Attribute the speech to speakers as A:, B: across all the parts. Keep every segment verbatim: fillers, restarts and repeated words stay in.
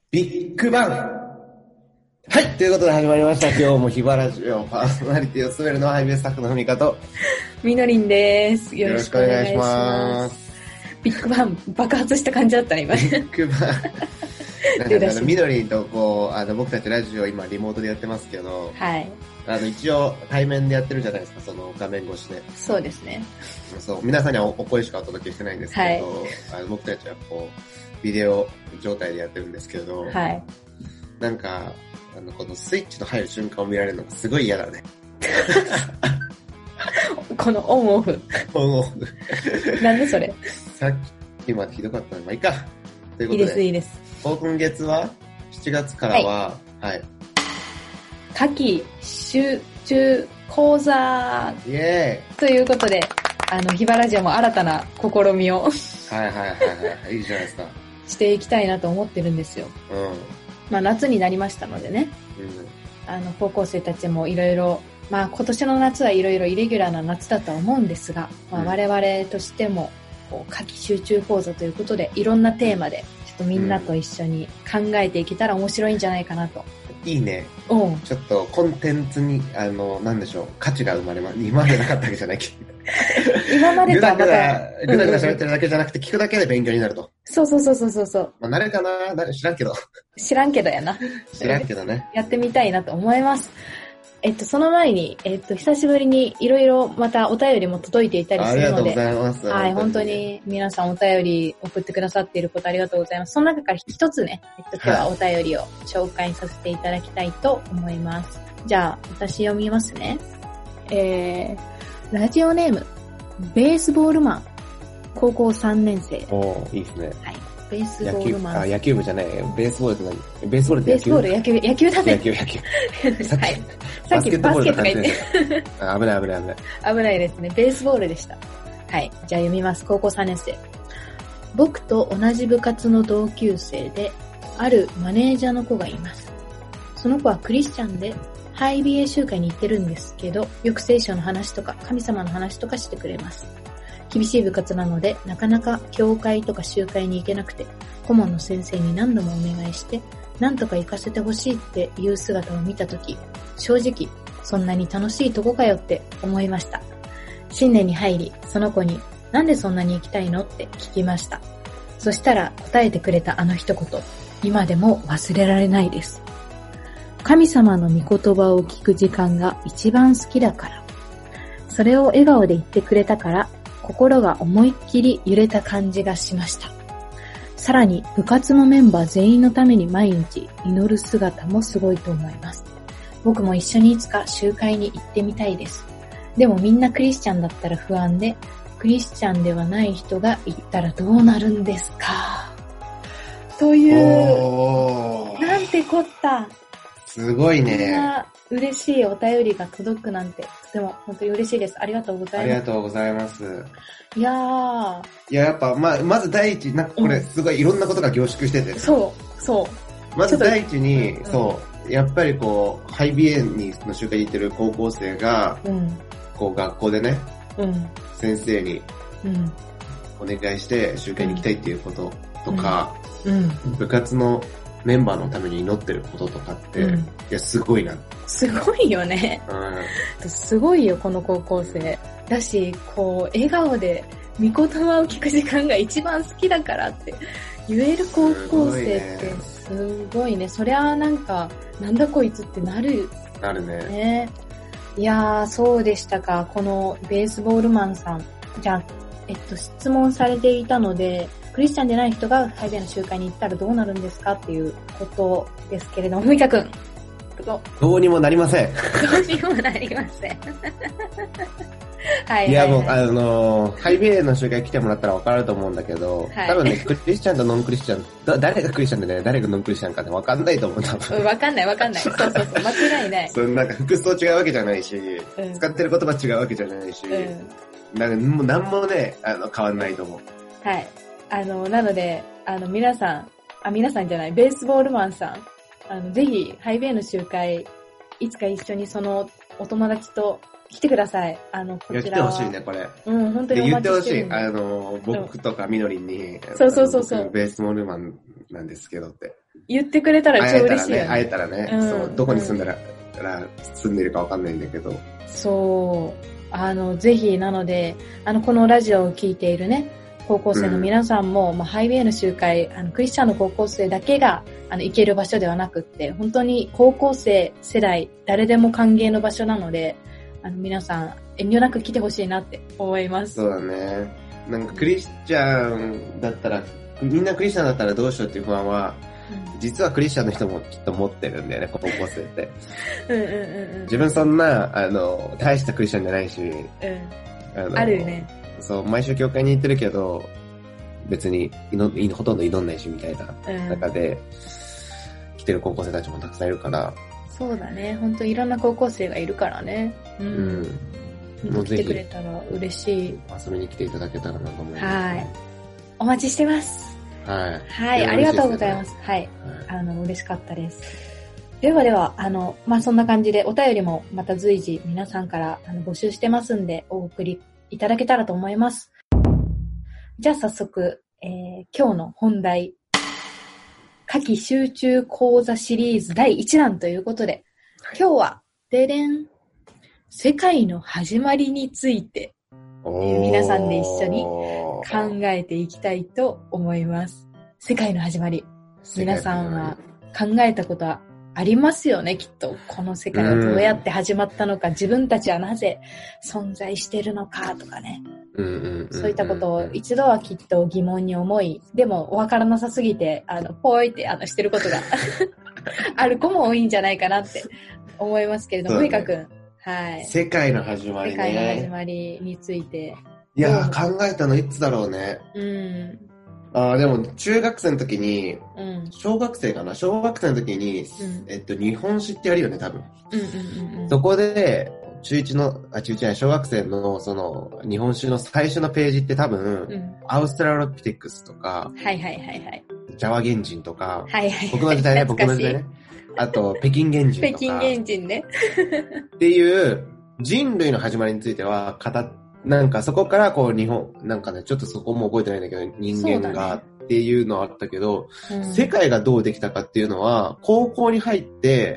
A: ビッグバン。はい、ということで始まりました。今日もヒバラジオパーソナリティを務めるのはハイビースタッフのふみかと
B: みのりんです。
A: よろしくお願いします。
B: ビッグバン爆発した感じだったね今。ビッグバン。
A: なんかあのみのりんとこうあの僕たちラジオ今リモートでやってますけど、
B: はい。
A: あの一応対面でやってるじゃないですか、その画面越しで。
B: そうですね。
A: そう皆さんにはお声しかお届けしてないんですけど、はい、あの僕たちはこうビデオ状態でやってるんですけど、
B: はい。なん
A: かあのこのスイッチの入る瞬間を見られるのがすごい嫌だね。
B: このオンオフ。
A: オンオフ。
B: なんでそれ？
A: さっきまでひどかったので、まあいいか。ということで。
B: いいです、いいです。
A: 今月はしちがつからは、はい。はい、
B: 夏季集中講座
A: イエ
B: ーイということで、あの、ヒバラジオも新たな試みを。
A: はいはいはいはい。いいじゃないですか。
B: していきたいなと思ってるんですよ。
A: うん。
B: まあ夏になりましたのでね。うん。あの、高校生たちもいろいろ、まあ今年の夏はいろいろイレギュラーな夏だとは思うんですが、まあ我々としても、こう夏季集中講座ということでいろんなテーマでちょっとみんなと一緒に考えていけたら面白いんじゃないかなと。
A: いいね。
B: うん。
A: ちょっとコンテンツに、あの、なんでしょう、価値が生まれます。今までなかったわけじゃないけど。
B: 今までとはまた。
A: ぐだぐだぐだ喋ってるだけじゃなくて、聞くだけで勉強になると。
B: そうそうそうそうそう。
A: まあ、慣れかな知らんけど。
B: 知らんけどやな。
A: 知らんけどね。
B: やってみたいなと思います。えっと、その前に、えっと、久しぶりにいろいろまたお便りも届いていたりするので。
A: ありがとうございます。
B: はい、本当に皆さんお便り送ってくださっていることありがとうございます。その中から一つね、えっと、今日はお便りを紹介させていただきたいと思います。じゃあ、私読みますね。えー、ラジオネーム、ベースボールマン、高校さんねん生。
A: おー、いいですね。
B: はい。ベースボールマン。
A: あ、野球部じゃない。ベースボールって何？ベースボールって野球？
B: ベースボール、野球、野球だね。
A: 野球、野球。
B: さっき、はい、さっきバスケとか言って。
A: 危ない危ない危ない。
B: 危ないですね。ベースボールでした。はい。じゃあ読みます。高校さんねん生。僕と同じ部活の同級生で、あるマネージャーの子がいます。その子はクリスチャンで、ハイビエ集会に行ってるんですけど、よく聖書の話とか神様の話とかしてくれます。厳しい部活なので、なかなか教会とか集会に行けなくて、顧問の先生に何度もお願いして、なんとか行かせてほしいっていう姿を見たとき、正直、そんなに楽しいとこかよって思いました。新年に入り、その子に、なんでそんなに行きたいのって聞きました。そしたら答えてくれたあの一言、今でも忘れられないです。神様の御言葉を聞く時間が一番好きだから。それを笑顔で言ってくれたから、心が思いっきり揺れた感じがしました。さらに部活のメンバー全員のために毎日祈る姿もすごいと思います。僕も一緒にいつか集会に行ってみたいです。でもみんなクリスチャンだったら不安で、クリスチャンではない人が行ったらどうなるんですか？という、なんてこった。
A: すごいね。
B: こんな嬉しいお便りが届くなんて、とても本当に嬉しいです。ありがとうございます。
A: ありがとうございます。
B: いやー。
A: いや、やっぱ、まあ、まず第一、なんかこれ、すごいいろんなことが凝縮してて。うん、
B: そう、そう。
A: まず第一に、うん、そう、やっぱりこう、ハイビエンにの集会に行ってる高校生が、うん、こう学校でね、うん、先生に、お願いして集会に行きたいっていうこととか、うんうん、部活のメンバーのために祈ってることとかって、うん、いや、すごいな。
B: すごいよね。うん、すごいよ、この高校生。だし、こう、笑顔で、御言葉を聞く時間が一番好きだからって言える高校生ってすごいね。そりゃなんか、なんだこいつってなる。
A: なるね。
B: ね。いやー、そうでしたか。このベースボールマンさん。じゃあ、えっと、質問されていたので、クリスチャンでない人がハイビエの集会に行ったらどうなるんですかっていうことですけれども、ふみかくん。
A: どうにもなりません。
B: どうにもなりません。はい、はい。
A: いやもう、あのー、ハイビエの集会来てもらったら分かると思うんだけど、はい、多分ね、クリスチャンとノンクリスチャン、だ誰がクリスチャンでね、誰がノンクリスチャンかね、分かんないと思う、多分。
B: 分かんない分かんない。そうそうそう、間違いない。
A: そのなんか服装違うわけじゃないし、うん、使ってる言葉違うわけじゃないし、うん、なんかもう何もね、あの、変わんないと思う。
B: はい。あの、なので、あの、皆さん、あ、皆さんじゃない、ベースボールマンさん、あの、ぜひ、ハイビエの集会、いつか一緒にそのお友達と来てください。あの、こちらは。いや、来てほしいね、これ。うん、本当にお待ちしてる。言ってほしい。あの、僕とかみのりんに、そうそうそうそう。ベースボールマンなんですけどって。 言ってくれたら超嬉しいよね。
A: 会えたらね、会えたらね、うん、そう、どこに住んだら、うん、住んでるかわかんないんだけど。
B: そう。あの、ぜひ、なので、あの、このラジオを聞いているね、高校生の皆さんも、うん、まあ、ハイウェイの集会、あの、クリスチャンの高校生だけが、あの、行ける場所ではなくって、本当に高校生世代、誰でも歓迎の場所なので、あの、皆さん、遠慮なく来てほしいなって思います。
A: そうだね。なんか、クリスチャンだったら、みんなクリスチャンだったらどうしようっていう不安は、うん、実はクリスチャンの人もきっと持ってるんだよね、高校生って。うんうんうんうん、自分そんな、あの、大したクリスチャンじゃないし、うん、
B: あ, のあるよね。
A: そう、毎週教会に行ってるけど、別に祈ほとんど祈んないしみたいな中で、うん、来てる高校生たちもたくさんいるから。そう
B: だね、本当いろんな高校生がいるからね。うん。うん、もうぜひ来てくれたら嬉しい。
A: 遊びに来ていただけたらなと思います、ね。
B: はい。お待ちしてます。
A: はい。
B: はい、ありがとうございます。はい。はい、あの、嬉しかったです。ではでは、あの、まあ、そんな感じでお便りもまた随時皆さんからあの募集してますんで、お送りいただけたらと思います。じゃあ早速、えー、今日の本題。夏季集中講座シリーズだいいちだんということで、今日は、ででん、世界の始まりについて、皆さんで一緒に考えていきたいと思います。世界の始まり。皆さんは考えたことはありますよね、きっと。この世界はどうやって始まったのか、自分たちはなぜ存在しているのかとかね。そういったことを一度はきっと疑問に思い、でもわからなさすぎて、あの、ぽいってあのしてることがある子も多いんじゃないかなって思いますけれども、ふいかくん。はい。
A: 世界の始まりね。
B: 世界の始まりについて。
A: いやー、考えたのいつだろうね。うん。ああ、でも、中学生の時に、うん、小学生かな小学生の時に、うん、えっと、日本史ってやるよね、多分。うんうんうんうん、そこで、中いちの、あ、中いちじゃない、小学生の、その、日本史の最初のページって多分、うん、アウストラロピテクスとか、
B: はいはいはいはい。
A: ジャワ原人とか、
B: はいはい、
A: 僕の時代ね、僕の時代ね。あと、北京原人とか。
B: 北京原人ね。
A: っていう、人類の始まりについては語っなんかそこからこう日本、なんかね、ちょっとそこも覚えてないんだけど、人間がっていうのはあったけど、ねうん、世界がどうできたかっていうのは、高校に入って、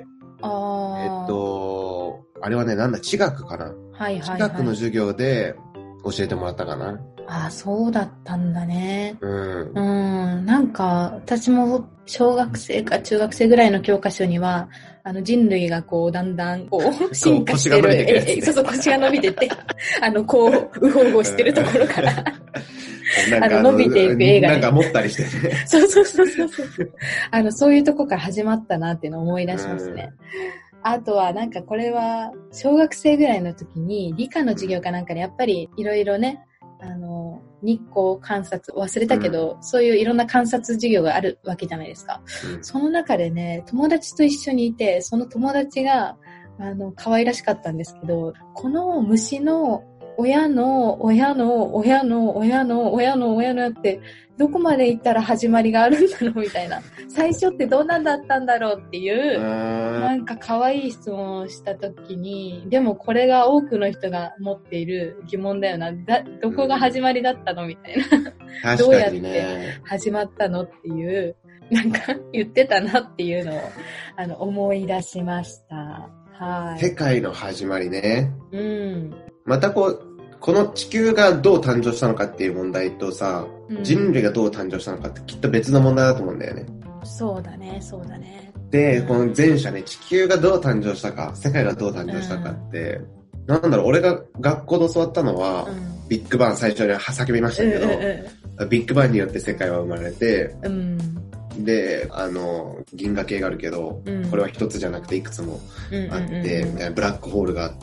B: あ
A: えっと、あれはね、なんだ、地学かな、はいはいはい、地学の授業で教えてもらったかな。
B: ああ、そうだったんだね。うん。うん。なんか、私も小学生か中学生ぐらいの教科書には、あの人類がこう、だんだんこう、進化してる。ええ、そうそう、腰が伸びてて、あの、こう、うほうほしてるところから、あの、伸びていく映画、
A: ね。なんか持ったりしてね。
B: そうそうそうそう。あの、そういうとこから始まったなっていうのを思い出しますね。あとは、なんかこれは、小学生ぐらいの時に、理科の授業かなんかでやっぱりいろいろね、あの、日光観察、忘れたけど、うん、そういういろんな観察授業があるわけじゃないですか。うん、その中でね、友達と一緒にいて、その友達が、あの、可愛らしかったんですけど、この虫の親の、親の、親の、親の、親の、親のって、どこまで行ったら始まりがあるんだろうみたいな。最初ってどんなんだったんだろうっていう、なんか可愛い質問をしたときに、でもこれが多くの人が持っている疑問だよな。だ、どこが始まりだったのみたいな。どうやって始まったのっていう、なんか言ってたなっていうのを、あの、思い出しました。はい。
A: 世界の始まりね。
B: うん。
A: またこう、この地球がどう誕生したのかっていう問題とさ、うん、人類がどう誕生したのかってきっと別の問題だと思うんだよね。
B: そうだね、そうだね。
A: で、うん、この前者ね、地球がどう誕生したか、世界がどう誕生したかって、うん、なんだろう、俺が学校で教わったのは、うん、ビッグバン最初に叫びましたけど、うん、ビッグバンによって世界は生まれて、うんで、あの、銀河系があるけど、うん、これは一つじゃなくていくつもあって、うんうんうん、みたいなブラックホールがあって、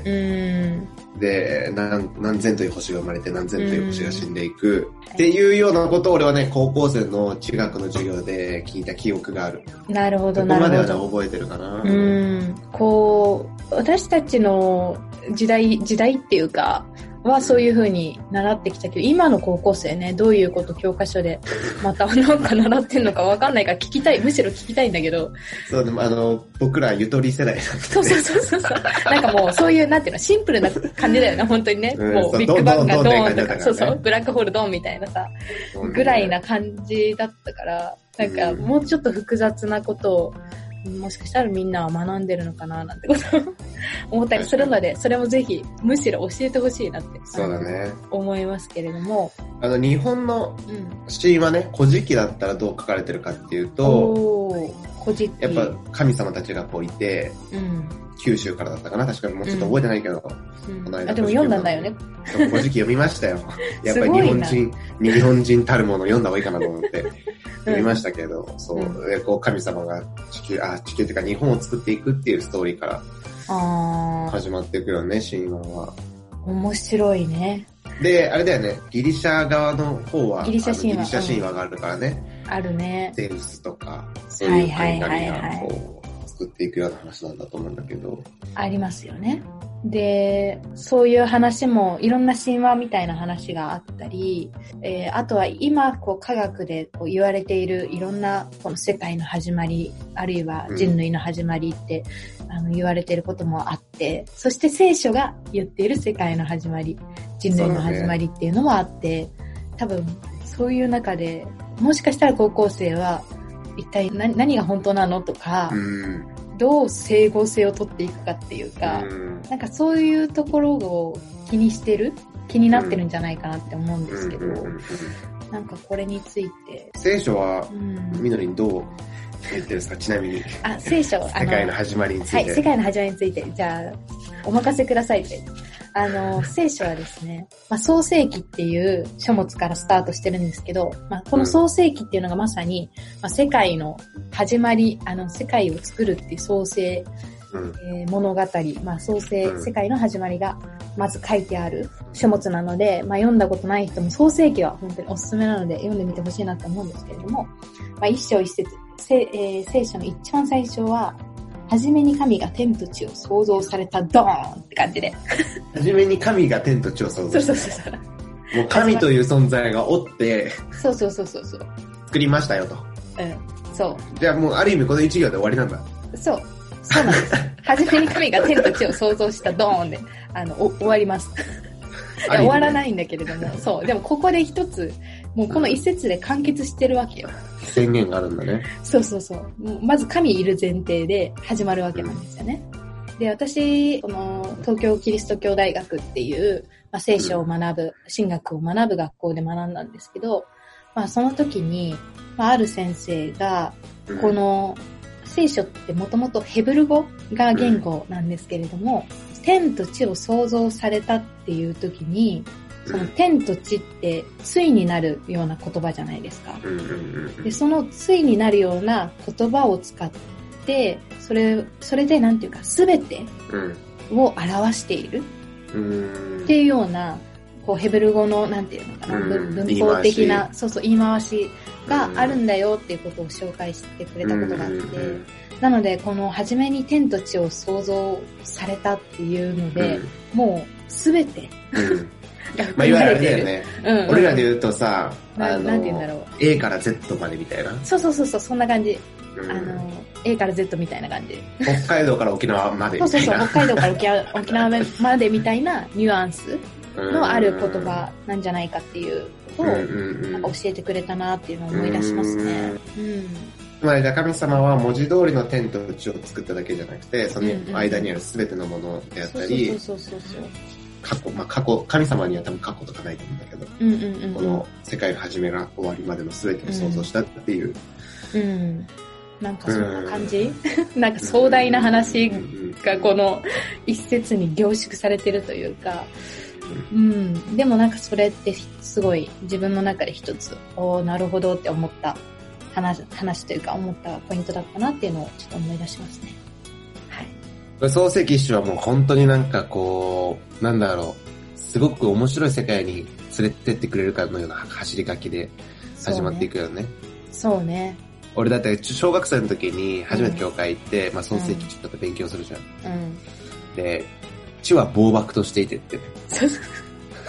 A: うん、で何、何千という星が生まれて何千という星が死んでいく、うん、っていうようなことを俺はね、高校生の地学の授業で聞いた記憶がある。
B: なるほど、なるほど。
A: そこまではね、覚えてるかな。
B: うん。こう、私たちの時代、時代っていうか、 はそういう風に習ってきたけど、今の高校生ね、どういうこと教科書でまたなんか習ってんのかわかんないから聞きたい、むしろ聞きたいんだけど。
A: そう、でもあの、僕らゆとり世代なんで、ね。
B: そうそうそうそう。なんかもうそういう、なんていうの、シンプルな感じだよね、本当にね。うん、もうビッグバンがドーンとか、ね、そうそう、ブラックホールドーンみたいなさ、ぐらいな感じだったから、なんかもうちょっと複雑なことを、もしかしたらみんなは学んでるのかななんてことを思ったりするので、それもぜひむしろ教えてほしいなって
A: そうだね
B: 思いますけれども、
A: あの日本の神話ね、古事記だったらどう書かれてるかっていうと、
B: お古事記
A: やっぱ神様たちがこういて、うん、九州からだったかな、確かにもうちょっと覚えてないけど、
B: うん、この間あでも読んだんだよね。
A: 古事記読みましたよ。やっぱり日本人日本人たるもの読んだ方がいいかなと思って。読みましたけど、うん、そう、うん、こう神様が地球、あ、地球っていうか日本を作っていくっていうストーリーから始まっていくよね、神話は。
B: 面白いね。
A: で、あれだよね、ギリシャ側の方は、
B: ギリシャ神話。
A: ギリシャ神話があるからね。
B: うん、あるね。
A: ゼウスとか、そういう神々がこう、作っていくような話なんだと思うんだけど。
B: ありますよね。で、そういう話もいろんな神話みたいな話があったり、えー、あとは今こう科学でこう言われているいろんなこの世界の始まり、あるいは人類の始まりって、うん、あの言われていることもあって、そして聖書が言っている世界の始まり、人類の始まりっていうのもあって、多分そういう中でもしかしたら高校生は一体何、何が本当なのとか、うんどう整合性を取っていくかっていうか、うん、なんかそういうところを気にしてる気になってるんじゃないかなって思うんですけど、うんうんうんうん、なんかこれについて。
A: 聖書は、みのりんどう言ってるんですか、ちなみに。
B: あ、聖書。
A: 世界の始まりについて。
B: はい、世界の始まりについて。じゃあ、お任せくださいって。あの、聖書はですね、まあ、創世記っていう書物からスタートしてるんですけど、まあ、この創世記っていうのがまさに、まあ、世界の始まり、あの、世界を作るっていう創世、うんえー、物語、まあ、創世、うん、世界の始まりがまず書いてある書物なので、まあ、読んだことない人も創世記は本当におすすめなので読んでみてほしいなと思うんですけれども、まあ、一章一節、せえー、聖書の一番最初は、はじめに神が天と地を創造されたドーンって感じで。
A: はじめに神が天と地を創造された。そうそうそう。もう神という存在がおって、
B: そうそうそうそうそう。
A: 作りましたよと。
B: うん、そう。
A: じゃあもうある意味この一行で終わりなんだ。
B: そう。そうなんです。はじめに神が天と地を創造したドーンで、あの、お終わります。いや終わらないんだけれども、そう。でもここで一つ、もうこの一節で完結してるわけよ。
A: 宣言があるんだね。
B: そうそうそう。まず神いる前提で始まるわけなんですよね。うん、で、私、この東京キリスト教大学っていう、まあ、聖書を学ぶ、うん、神学を学ぶ学校で学んだんですけど、まあその時に、まあ、ある先生が、この聖書ってもともとヘブル語が言語なんですけれども、うん、天と地を創造されたっていう時に、その天と地って対になるような言葉じゃないですか。で、その対になるような言葉を使って、それ、それでなんていうか全てを表しているっていうような、こうヘブル語のなんていうのかな、文法的な、そうそう言い回しがあるんだよっていうことを紹介してくれたことがあって、なのでこの初めに天と地を創造されたっていうので、もう全て、
A: まあ、いわゆるあれだよね。うんうん、俺らで言うとさ、
B: あの、なんて言うんだろう。
A: A から Z までみたいな。
B: そうそうそうそう、そんな感じ。うん、あの、A から Z みたいな感じ。
A: 北海道から沖縄までみたいな。
B: そうそうそう、北海道から沖縄、沖縄までみたいなニュアンスのある言葉なんじゃないかっていうことを、なんか教えてくれたなっていうのを思い出しますね。うん。
A: つまり、神様は文字通りの天と地を作っただけじゃなくて、その間にある全てのものであったり、
B: そうそうそうそう。
A: 過去、まあ、過去、神様には多分過去とかないと思うんだけど、うんうんうん、この世界の始めが終わりまでの全てを想像したっていう。
B: うん。うん、なんかそんな感じ、うん、なんか壮大な話がこの一節に凝縮されてるというか、うん。でもなんかそれってすごい自分の中で一つ、おー、なるほどって思った話、話というか思ったポイントだったなっていうのをちょっと思い出しますね。
A: 創世記一種はもう本当になんかこう、なんだろう、すごく面白い世界に連れてってくれるかのような走り書きで始まっていくよね。
B: そうね。
A: 俺だって小学生の時に初めて教会行って、うん、まあ創世記ちょっと勉強するじゃん。うん。で、地は暴漠としていてってね。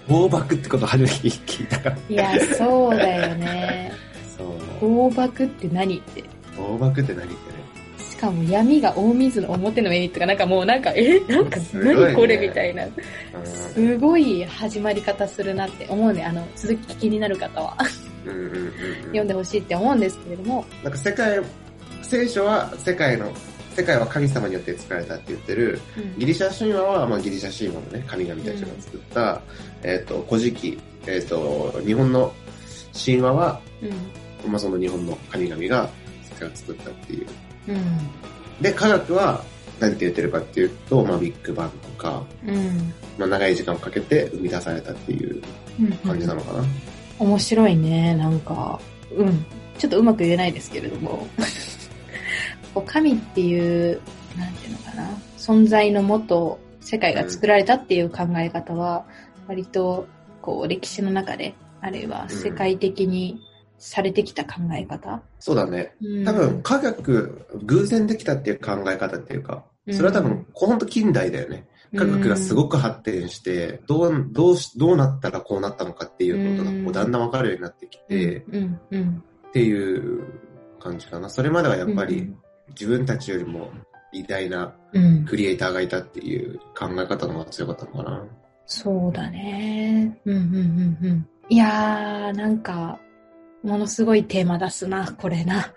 A: 放爆ってこと初めて聞いたから。
B: いや、そうだよね。
A: そう。
B: 放爆って何って。
A: 放爆って何ってね。
B: しかも闇が大水の表の上にとか、なんかもうなんか、えなんか何これみたいな。すごい始まり方するなって思うね。あの、続き気になる方は。うんうんうんうん、読んでほしいって思うんですけれども。
A: なんか世界、聖書は世界の、世界は神様によって作られたって言ってる、うん、ギリシャ神話は、まあ、ギリシャ神話のね、神々たちが作った、うん、えっ、ー、と、古事記、えっ、ー、と、日本の神話は、うん、まあ、その日本の神々が世界を作ったっていう。うん、で、科学は、何て言ってるかっていうと、まあ、ビッグバンとか、うん、まあ、長い時間をかけて生み出されたっていう感じなのかな。うん
B: うん、面白いね、なんか、うん。ちょっとうまく言えないですけれども。神っていう、なんていうのかな、存在のもと世界が作られたっていう考え方は、割とこう歴史の中で、あるいは世界的にされてきた考え方。うん、
A: そうだね。多分科学、偶然できたっていう考え方っていうか、それは多分、ほんと近代だよね。科学がすごく発展して、どう、どうし、どうなったらこうなったのかっていうことがこうだんだんわかるようになってきて、っていう感じかな。それまではやっぱり、うん自分たちよりも偉大なクリエイターがいたっていう考え方の方が強かったのかな。
B: そうだね。うんうんうんうん。いやー、なんか、ものすごいテーマ出すな、これな。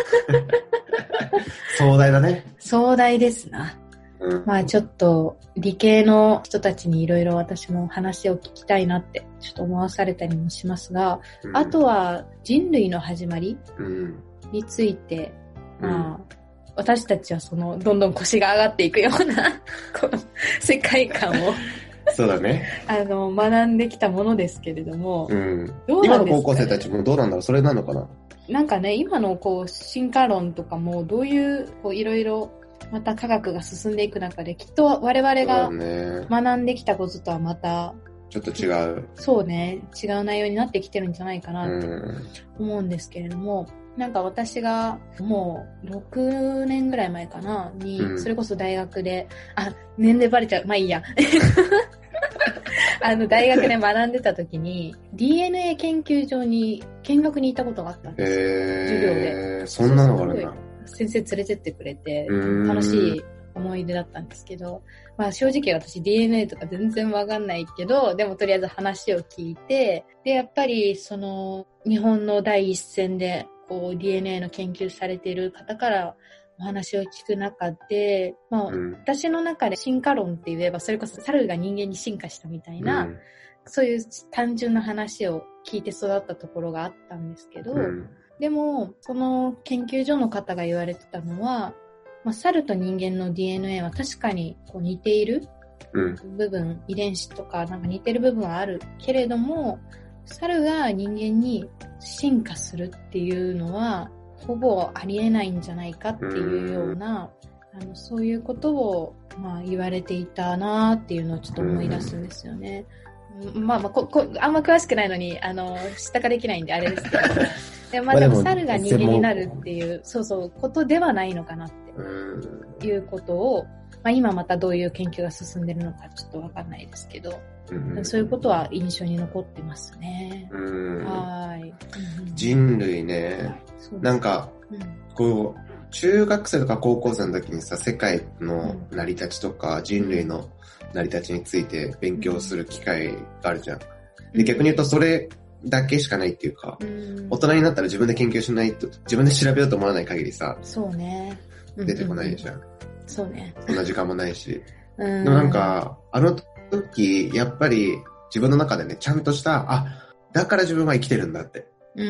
A: 壮大だね。
B: 壮大ですな。うん、まあちょっと理系の人たちにいろいろ私も話を聞きたいなってちょっと思わされたりもしますが、うん、あとは人類の始まりについて、うん、まあ私たちはそのどんどん腰が上がっていくようなこの世界観を
A: そうだね。
B: あの学んできたものですけれども、
A: うん、どうなんですかね、今の高校生たちもどうなんだろう、それなのかな。
B: なんかね、今のこう進化論とかもどういうこういろいろまた科学が進んでいく中できっと我々が学んできたこととはまた
A: ちょっと違う。
B: そうね、違う内容になってきてるんじゃないかなと思うんですけれども、うん、なんか私がもうろくねんぐらい前かなに、うん、それこそ大学で、あ、年齢バレちゃう、まあいいや。あの大学で学んでた時に ディーエヌエー 研究所に見学に行ったことがあったんですよ。えー、授業で。
A: そんなのがあるんだ。
B: 先生連れてってくれて、楽しい思い出だったんですけど、まあ正直私 ディーエヌエー とか全然わかんないけど、でもとりあえず話を聞いて、で、やっぱりその日本の第一線でこう ディーエヌエー の研究されている方からお話を聞く中で、まあ、うん、私の中で進化論って言えば、それこそ猿が人間に進化したみたいな、うん、そういう単純な話を聞いて育ったところがあったんですけど、うん、でも、その研究所の方が言われてたのは、まあ、猿と人間の ディーエヌエー は確かにこう似ている部分、うん、遺伝子とかなんか似てる部分はあるけれども、猿が人間に進化するっていうのは、ほぼありえないんじゃないかっていうような、うあのそういうことを、まあ、言われていたなっていうのをちょっと思い出すんですよね。まあまあここ、あんま詳しくないのに、あの、下ができないんであれですけど。でまあでも猿が人間になるっていう、そうそう、ことではないのかなっていうことを、まあ今またどういう研究が進んでるのかちょっとわかんないですけど、うん、そういうことは印象に残ってますね。うん、はい。
A: 人類ね、なんか、うん、こう、中学生とか高校生の時にさ、世界の成り立ちとか、人類の成り立ちについて勉強する機会があるじゃん。で、逆に言うとそれだけしかないっていうか、うん、大人になったら自分で研究しないと、自分で調べようと思わない限りさ、
B: そうね。
A: 出てこないじゃん。
B: うんうん、そうね。
A: そんな時間もないし。うん、でもなんか、あの時、やっぱり自分の中でね、ちゃんとした、あ、だから自分は生きてるんだって。うん、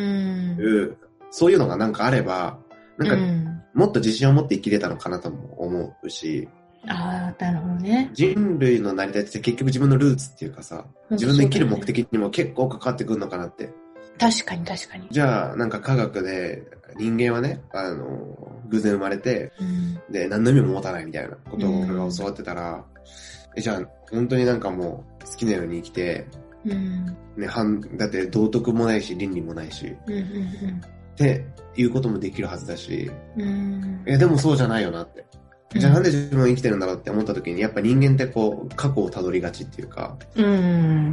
A: そういうのがなんかあれば、なんか、うん、もっと自信を持って生きれたのかなとも思うし。
B: ああ、なるほどね。
A: 人類の成り立ちって結局自分のルーツっていうかさ、自分の生きる目的にも結構関わってくるのかなって。
B: 確かに確かに。
A: じゃあ、なんか科学で人間はね、あの、偶然生まれて、うん、で、何の意味も持たないみたいなことを俺が教わってたら、うん、え、じゃあ、本当になんかもう好きなように生きて、うん、ね、はん、だって道徳もないし倫理もないし、うんうんうん、っていうこともできるはずだし、うん、え、でもそうじゃないよなって。 じゃあなんで自分は生きてるんだろうって思った時に、やっぱ人間ってこう、過去をたどりがちっていうか、
B: うん、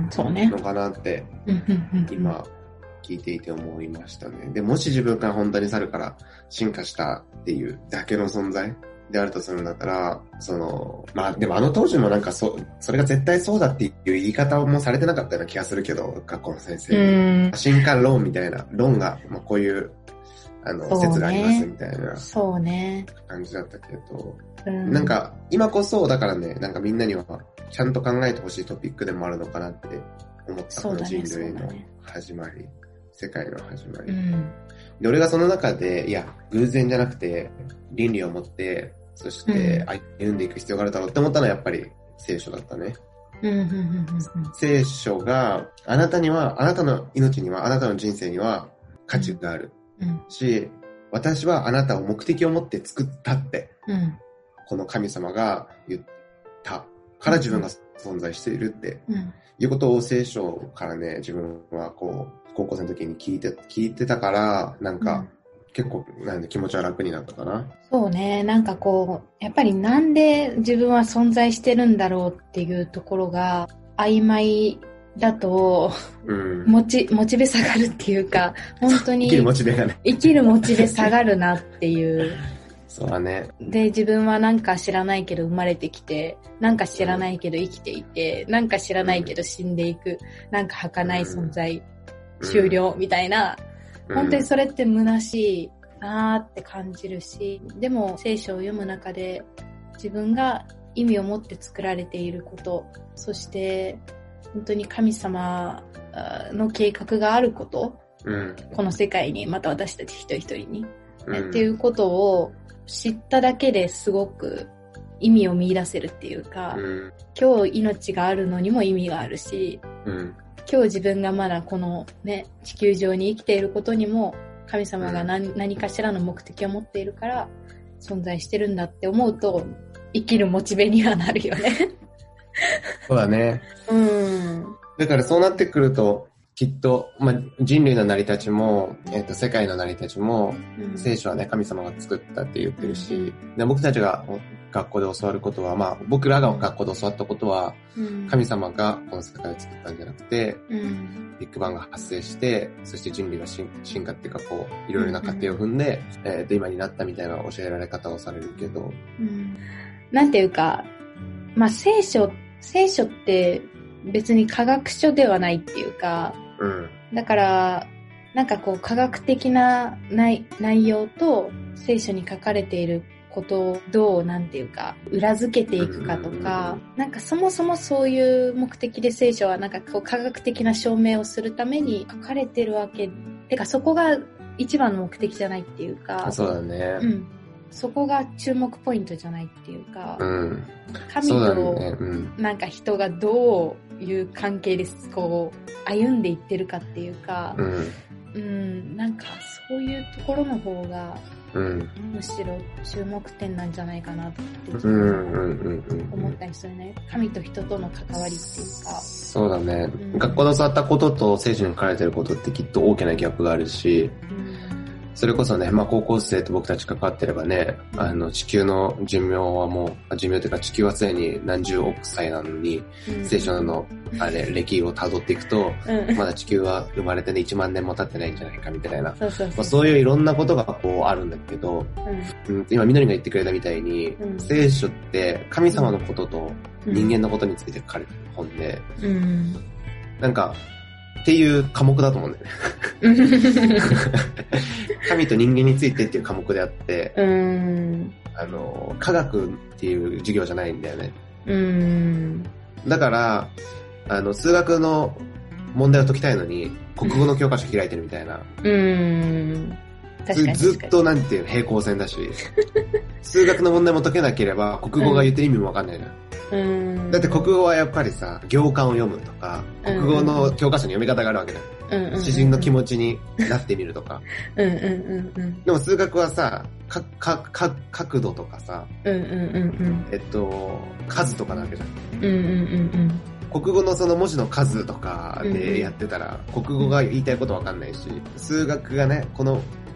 B: そうね。
A: のかなって、今、聞いていて思いましたね。で、もし自分が本当に猿から進化したっていうだけの存在であるとするんだったら、その、まあでもあの当時もなんかそ、それが絶対そうだっていう言い方もされてなかったような気がするけど、学校の先生に。進化論みたいな、論が、まあこういう、あの、ね、説がありますみたいな。
B: そうね。
A: 感じだったけど、うん、なんか今こそだからね、なんかみんなにはちゃんと考えてほしいトピックでもあるのかなって思った、この人類の始まり、ね、世界の始まり、うん。で、俺がその中で、いや、偶然じゃなくて、倫理を持って、そして歩んでいく必要があるだろうって思ったのはやっぱり聖書だったね。聖書があなたには、あなたの命には、あなたの人生には価値がある、うんうん、し、私はあなたを目的を持って作ったって、うん、この神様が言ったから自分が存在しているって、うん、いうことを聖書からね、自分はこう、高校生の時に聞いて、聞いてたから、なんか、うん、結構、なんで気持ちは楽になったかな。
B: そうね、なんかこう、やっぱりなんで自分は存在してるんだろうっていうところが曖昧だと、うん、モチ、モチベ下がるっていうか、本当に。
A: 生きるモチベがね。
B: 生きるモチベ下がるなっていう。
A: そうだね。
B: で、自分はなんか知らないけど生まれてきて、なんか知らないけど生きていて、なんか知らないけど死んでいく、なんか儚い存在、うん、終了みたいな、うん、本当にそれって虚しいなーって感じるし、でも聖書を読む中で自分が意味を持って作られていること、そして本当に神様の計画があること、うん、この世界に、また私たち一人一人に、うん、っていうことを知っただけですごく意味を見出せるっていうか、うん、今日命があるのにも意味があるし、うん、今日自分がまだこのね、地球上に生きていることにも神様が 何,、うん、何かしらの目的を持っているから存在してるんだって思うと、生きるモチベにはなるよね。
A: そうだね。うん。だからそうなってくると、きっと、まあ、人類の成り立ちも、えっと、世界の成り立ちも、うん、聖書はね、神様が作ったって言ってるし、で僕たちが学校で教わることは、まあ、僕らが学校で教わったことは、うん、神様がこの世界を作ったんじゃなくて、うん、ビッグバンが発生して、そして人類が進化っていうか、こう、いろいろな過程を踏んで、うん、えー、で、今になったみたいな教えられ方をされるけど、
B: うん、なんていうか、まあ、聖書、聖書って別に科学書ではないっていうか、うん、だから、なんかこう科学的な内、内容と聖書に書かれていることをどう、なんていうか、裏付けていくかとか、うん、なんかそもそもそういう目的で聖書はなんかこう科学的な証明をするために書かれてるわけ、てかそこが一番の目的じゃないっていうか、
A: そうだね。うん。
B: そこが注目ポイントじゃないっていうか、うん、神となんか人がどういう関係でこう歩んでいってるかっていうか、うんうん、なんかそういうところの方が、うん、むしろ注目点なんじゃないかなって思ったりするね。神と人との関わりっていうか。
A: そうだね。うん、学校で教わったことと聖書に書かれてることってきっと大きなギャップがあるし、うんそれこそね、まあ高校生と僕たち関わってればね、あの地球の寿命はもう、寿命というか地球はすでに何十億歳なのに、うん、聖書のあれ、歴を辿っていくと、うん、まだ地球は生まれてねいちまんねんも経ってないんじゃないかみたいな。そうそうそう。まあ、そういういろんなことがこうあるんだけど、うん、今みのりが言ってくれたみたいに、うん、聖書って神様のことと人間のことについて書かれてる本で、うん、なんか、っていう科目だと思うんだよね。神と人間についてっていう科目であって、うん、あの、科学っていう授業じゃないんだよね。うん、だから、あの、数学の問題を解きたいのに、国語の教科書開いてるみたいな。うん、確かにずっとなんていう平行線だし、数学の問題も解けなければ、国語が言ってる意味もわかんないじゃん。うんだって国語はやっぱりさ、行間を読むとか、国語の教科書の読み方があるわけだよ。うんうんうん、詩人の気持ちになってみるとか。うんうんうんうん、でも数学はさ、か、か、か、角度とかさ、うんうんうんうん、えっと、数とかなわけじゃん。うんうんうんうん国語のその文字の数とかでやってたら、うん、国語が言いたいことわかんないし、数学がね、この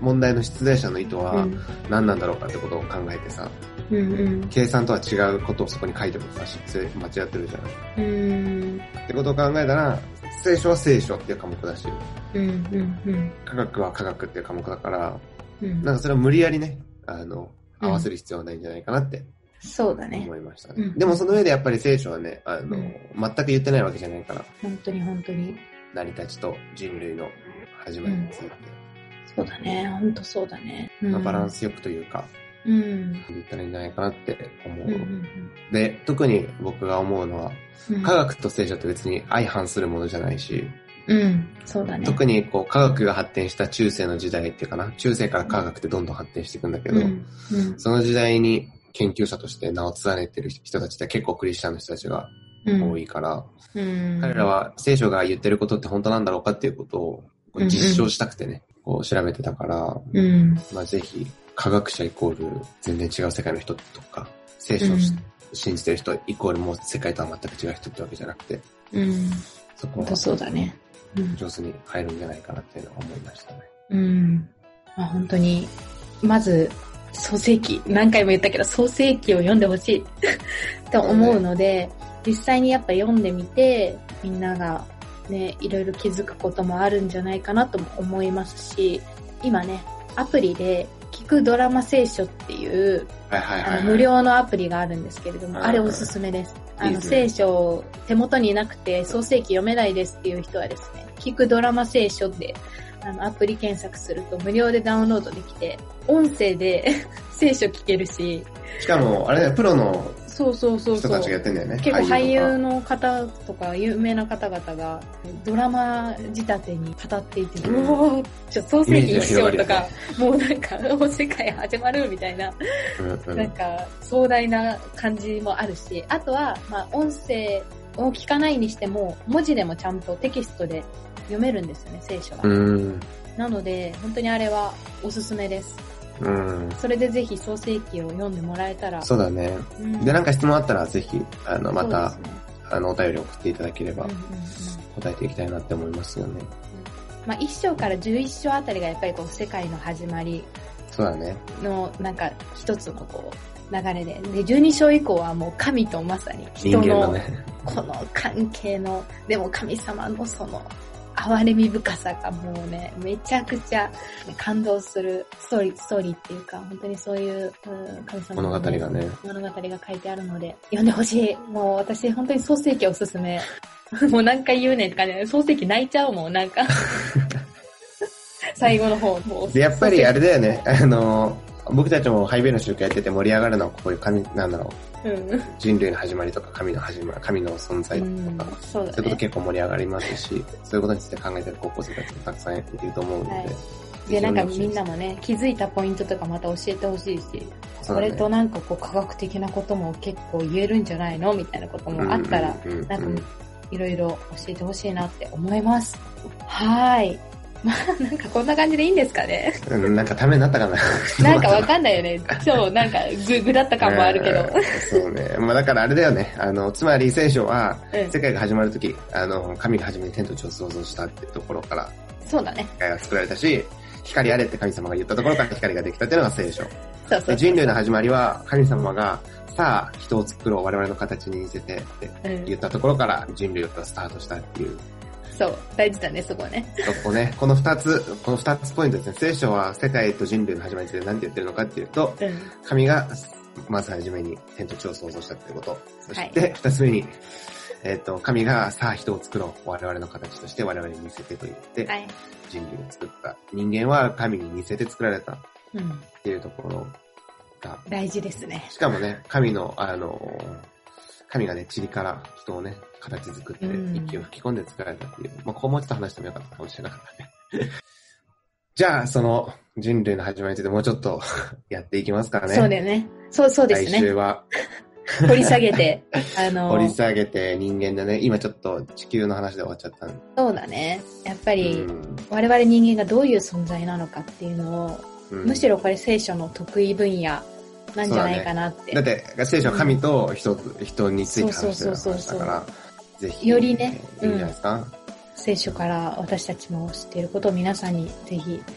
A: 問題の出題者の意図は何なんだろうかってことを考えてさ、うんうん、計算とは違うことをそこに書いてもさ、間違ってるじゃん。うんってことを考えたら、聖書は聖書っていう科目だし、うんうんうん、科学は科学っていう科目だから、うん、なんかそれを無理やりね、あの、合わせる必要はないんじゃないかなって。
B: そうだね。
A: 思いましたね。うん、でもその上でやっぱり聖書はね、あの、うん、全く言ってないわけじゃないから。
B: 本当に本当に。
A: 成り立ちと人類の始まりについて。うん、
B: そうだね。本当そうだね。
A: うん、まあ、バランスよくというか、うん。言ったらいいんじゃないかなって思う。うんうんうん、で、特に僕が思うのは、うん、科学と聖書って別に相反するものじゃないし、
B: うん、そうだね。
A: 特にこう科学が発展した中世の時代っていうかな、中世から科学ってどんどん発展していくんだけど、うんうん、その時代に研究者として名を連ねてる人たちって結構クリスチャンの人たちが多いから、うん、彼らは聖書が言ってることって本当なんだろうかっていうことを実証したくてね、うんうん、こう調べてたから、うん、まあぜひ科学者イコール全然違う世界の人とか、聖書を、うん、信じてる人イコールもう世界とは全く違う人ってわけじゃなくて、うん、そこは
B: そうだね。
A: 上手に入るんじゃないかなっていうのは思いましたね。
B: うん。まあ本当に、まず、創世記、何回も言ったけど、創世記を読んでほしいと思うので、ね、実際にやっぱ読んでみて、みんながね、いろいろ気づくこともあるんじゃないかなとも思いますし、今ね、アプリで、聞くドラマ聖書っていう、はいはいはいはい、あの無料のアプリがあるんですけれども、はいはい、あれおすすめです。あの、いいですね、聖書手元になくて創世記読めないですっていう人はですね、聞くドラマ聖書であのアプリ検索すると無料でダウンロードできて、音声で聖書聞けるし、
A: しかもあれだよ、プロの
B: そうそうそう
A: 人たちがやってんだよね。
B: 結構俳優の方とか有名な方々がドラマ仕立てに語っていて、うん、おー、ちょっと創世記一章とか、もうなんか、もう世界始まるみたいな、うんうん、なんか壮大な感じもあるし、あとは、まあ音声を聞かないにしても、文字でもちゃんとテキストで読めるんですよね、聖書が。うん、なので、本当にあれはおすすめです。うん、それでぜひ創世記を読んでもらえたら。
A: そうだね。うん、で、なんか質問あったらぜひ、あの、また、ね、あの、お便り送っていただければ、うんうんうん、答えていきたいなって思いますよね。うん、
B: まあ、いっ章からじゅういっ章あたりがやっぱりこう、世界の始まり。
A: そうだね。
B: の、なんか、一つのこう、流れで。で、じゅうに章以降はもう神とまさに人の、ね、この関係の、でも神様のその、哀れみ深さがもうね、めちゃくちゃ感動するストーリー、ストーリーっていうか、本当にそういう、うん、神様の、
A: ね、物語がね。
B: 物語が書いてあるので、読んでほしい。もう私本当に創世記おすすめ。もう何回言うねんって感じで、創世記泣いちゃうもん、なんか。最後の方、もう。
A: で、やっぱりあれだよね、あの、僕たちもハイベイの集会やってて盛り上がるのはこういう神、なんだろう。うん、人類の始まりとか神の始まり、神の存在とか、うん、そうだね、そういうこと結構盛り上がりますし、そういうことについて考えてる高校生たちもたくさんいると思うので。はい、
B: で、なんかみんなもね、気づいたポイントとかまた教えてほしいし、それとなんかこう科学的なことも結構言えるんじゃないのみたいなこともあったら、なんかいろいろ教えてほしいなって思います。はーい。まあ、なんかこんな感じでいいんですかね。
A: うん、なんかためになったかな。
B: なんかわかんないよね。超なんかググだった感もあるけど。
A: そうね。まあだからあれだよね。あの、つまり聖書は、世界が始まるとき、あの、神が初めに天と地を創造したっていうところから、
B: そうだね。
A: 世界が作られたし、光あれって神様が言ったところから光ができたっていうのが聖書。
B: そうそうそう。
A: 人類の始まりは、神様が、さあ、人を作ろう、我々の形に似せてって言ったところから人類がスタートしたっていう。
B: そう、大事だね、そこね。
A: そこね、この二つ、この二つポイントですね。聖書は世界と人類の始まりについて何て言ってるのかっていうと、うん、神がまずはじめに天と地を創造したっていうこと。そして、二つ目に、えっと、神がさあ人を作ろう、我々の形として我々に似せてと言って、はい、人類を作った。人間は神に似せて作られたっていうところが、
B: うん、大事ですね。
A: しかもね、神の、あの、神がね、塵から人をね、形作って、息を吹き込んで作られたっていう。まあ、ここもうちょっと話してもよかったかもしれなかったね。じゃあ、その人類の始まりについてもうちょっとやっていきますからね。
B: そうだよね。そう、そうですね。
A: 来週は。
B: 掘り下げて、あのー、
A: 掘り下げて人間だね。今ちょっと地球の話で終わっちゃったの。
B: そうだね。やっぱり、我々人間がどういう存在なのかっていうのを、うん、むしろこれ聖書の得意分野、なんじゃないかなって。
A: だ, ね、だって、聖書は神と人、うん、人について話してる話だから、ぜひ。
B: よりね、
A: いいんじゃないですか、うん、
B: 聖書から私たちも知っていることを皆さんにぜひ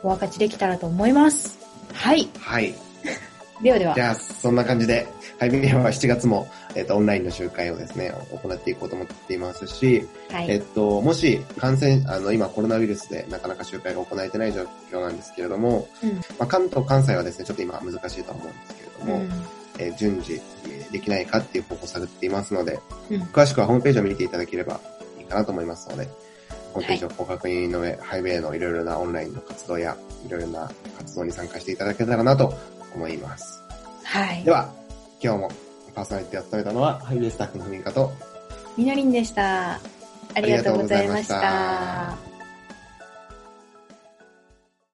B: お分かちできたらと思います。はい。
A: はい。
B: ではでは。
A: じゃあ、そんな感じで、ハイビエはしちがつも、えっと、オンラインの集会をですね、行っていこうと思っていますし、はい、えっと、もし、感染、あの、今コロナウイルスでなかなか集会が行えてない状況なんですけれども、うん、まあ、関東、関西はですね、ちょっと今難しいとは思うんですけれども、うん、えー、順次、できないかっていう方向を探っていますので、うん、詳しくはホームページを見ていただければいいかなと思いますので、ホームページをご確認の上、ハイウェイのいろいろなオンラインの活動や、いろいろな活動に参加していただけたらなと思います。
B: はい。
A: では、今日もパーソナリティを務めたのは、ハイウェイスタッフのふみかと、
B: みのりんでした。ありがとうございました。